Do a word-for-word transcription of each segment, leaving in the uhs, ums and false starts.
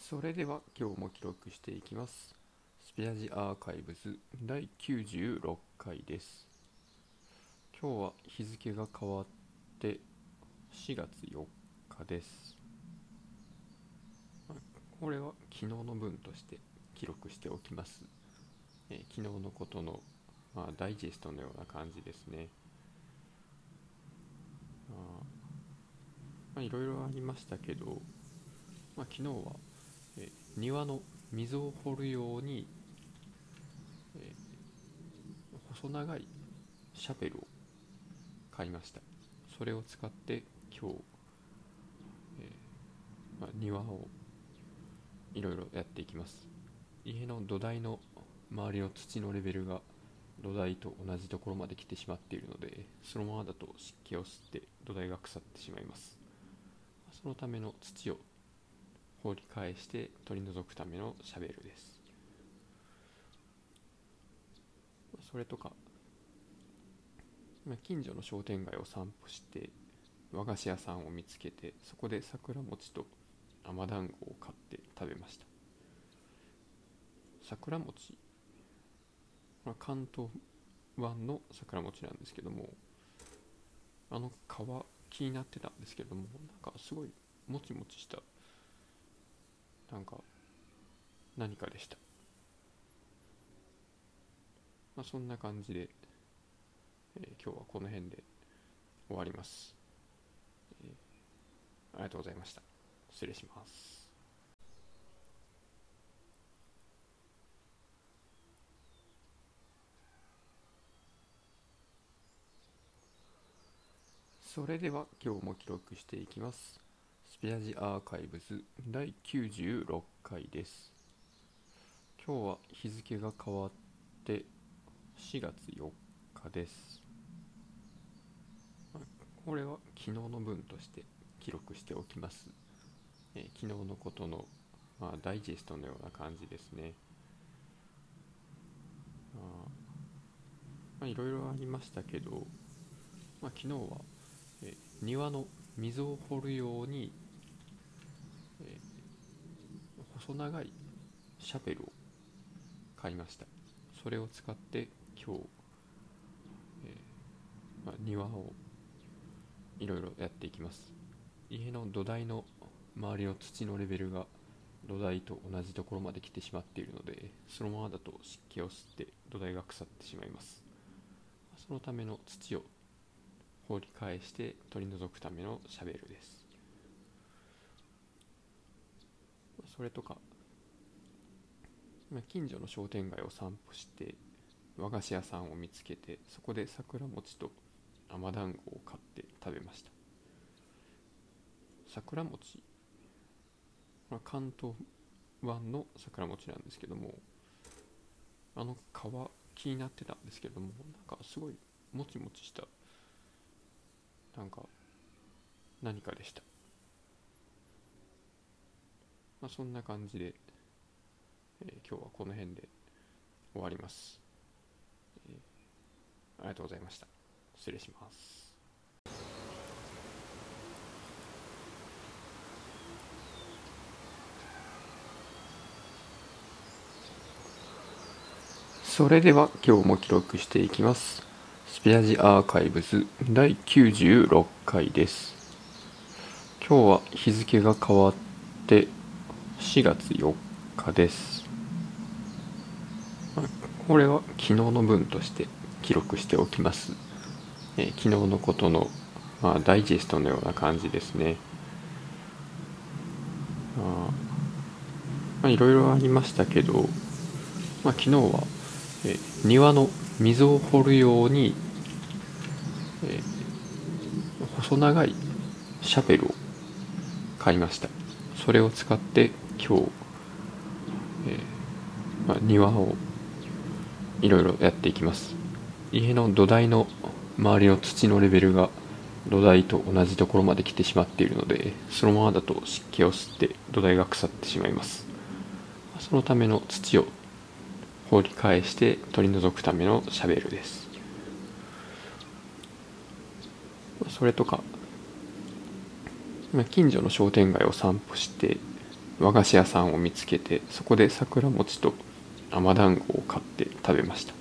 それでは今日も記録していきます。スペアジアーカイブズだいきゅうじゅうろっかいです。今日は日付が変わってしがつよっかです。これは昨日の分として記録しておきます。えー昨日のことの、まあ、ダイジェストのような感じですね。まあいろいろありましたけど、まあ、昨日は、えー庭の溝を掘るように、えー細長いシャベルを買いました。それを使って今日、えーまあ、庭をいろいろやっていきます。家の土台の周りの土のレベルが土台と同じところまで来てしまっているので、そのままだと湿気を吸って土台が腐ってしまいます。そのための土を掘り返して取り除くためのシャベルです。それとか、近所の商店街を散歩して和菓子屋さんを見つけて、そこで桜餅と甘団子を買って食べました。桜餅、まあ、関東湾の桜餅なんですけども、あの皮気になってたんですけども、なんかすごいもちもちしたなんか何かでした。まあ、そんな感じで、えー今日はこの辺で終わります、えーありがとうございました。失礼します。それでは今日も記録していきます。スペアジアーカイブズだいきゅうじゅうろっかいです。今日は日付が変わってしがつよっかです。これは昨日の分として記録しておきます。えー昨日のことの、まあ、ダイジェストのような感じですね。まあいろいろありましたけど、まあ、昨日は、えー庭の溝を掘るように、えー細長いシャベルを買いました。それを使って今日、えーまあ、庭をいろいろやっていきます。家の土台の周りの土のレベルが土台と同じところまで来てしまっているので、そのままだと湿気を吸って土台が腐ってしまいます。そのための土を掘り返して取り除くためのシャベルです。それとか、近所の商店街を散歩して和菓子屋さんを見つけて、そこで桜餅と甘団子を買って食べました。桜餅、まあ、関東湾の桜餅なんですけども、あの皮気になってたんですけども、なんかすごいもちもちしたなんか何かでした。まあ、そんな感じで、えー今日はこの辺で終わります、えーありがとうございました。失礼します。それでは今日も記録していきます。スペアジアーカイブズだいきゅうじゅうろっかいです。今日は日付が変わってしがつよっかです。これは昨日の分として記録しておきます。えー昨日のことの、まあ、ダイジェストのような感じですね。まあいろいろありましたけど、まあ、昨日は、えー庭の溝を掘るように、えー細長いシャベルを買いました。それを使って今日、えーまあ、庭をいろいろやっていきます。家の土台の周りの土のレベルが土台と同じところまで来てしまっているので、そのままだと湿気を吸って土台が腐ってしまいます。そのための土を掘り返して取り除くためのシャベルです。それとか、近所の商店街を散歩して和菓子屋さんを見つけて、そこで桜餅と甘団子を買って食べました。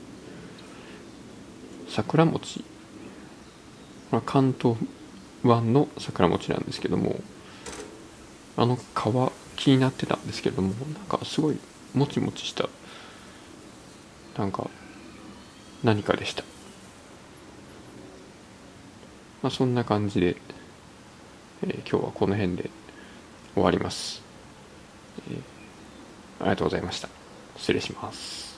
桜餅、まあ、関東湾の桜餅なんですけども、あの皮気になってたんですけども、なんかすごいもちもちしたなんか何かでした。まあそんな感じで、えー今日はこの辺で終わります。えーありがとうございました。失礼します。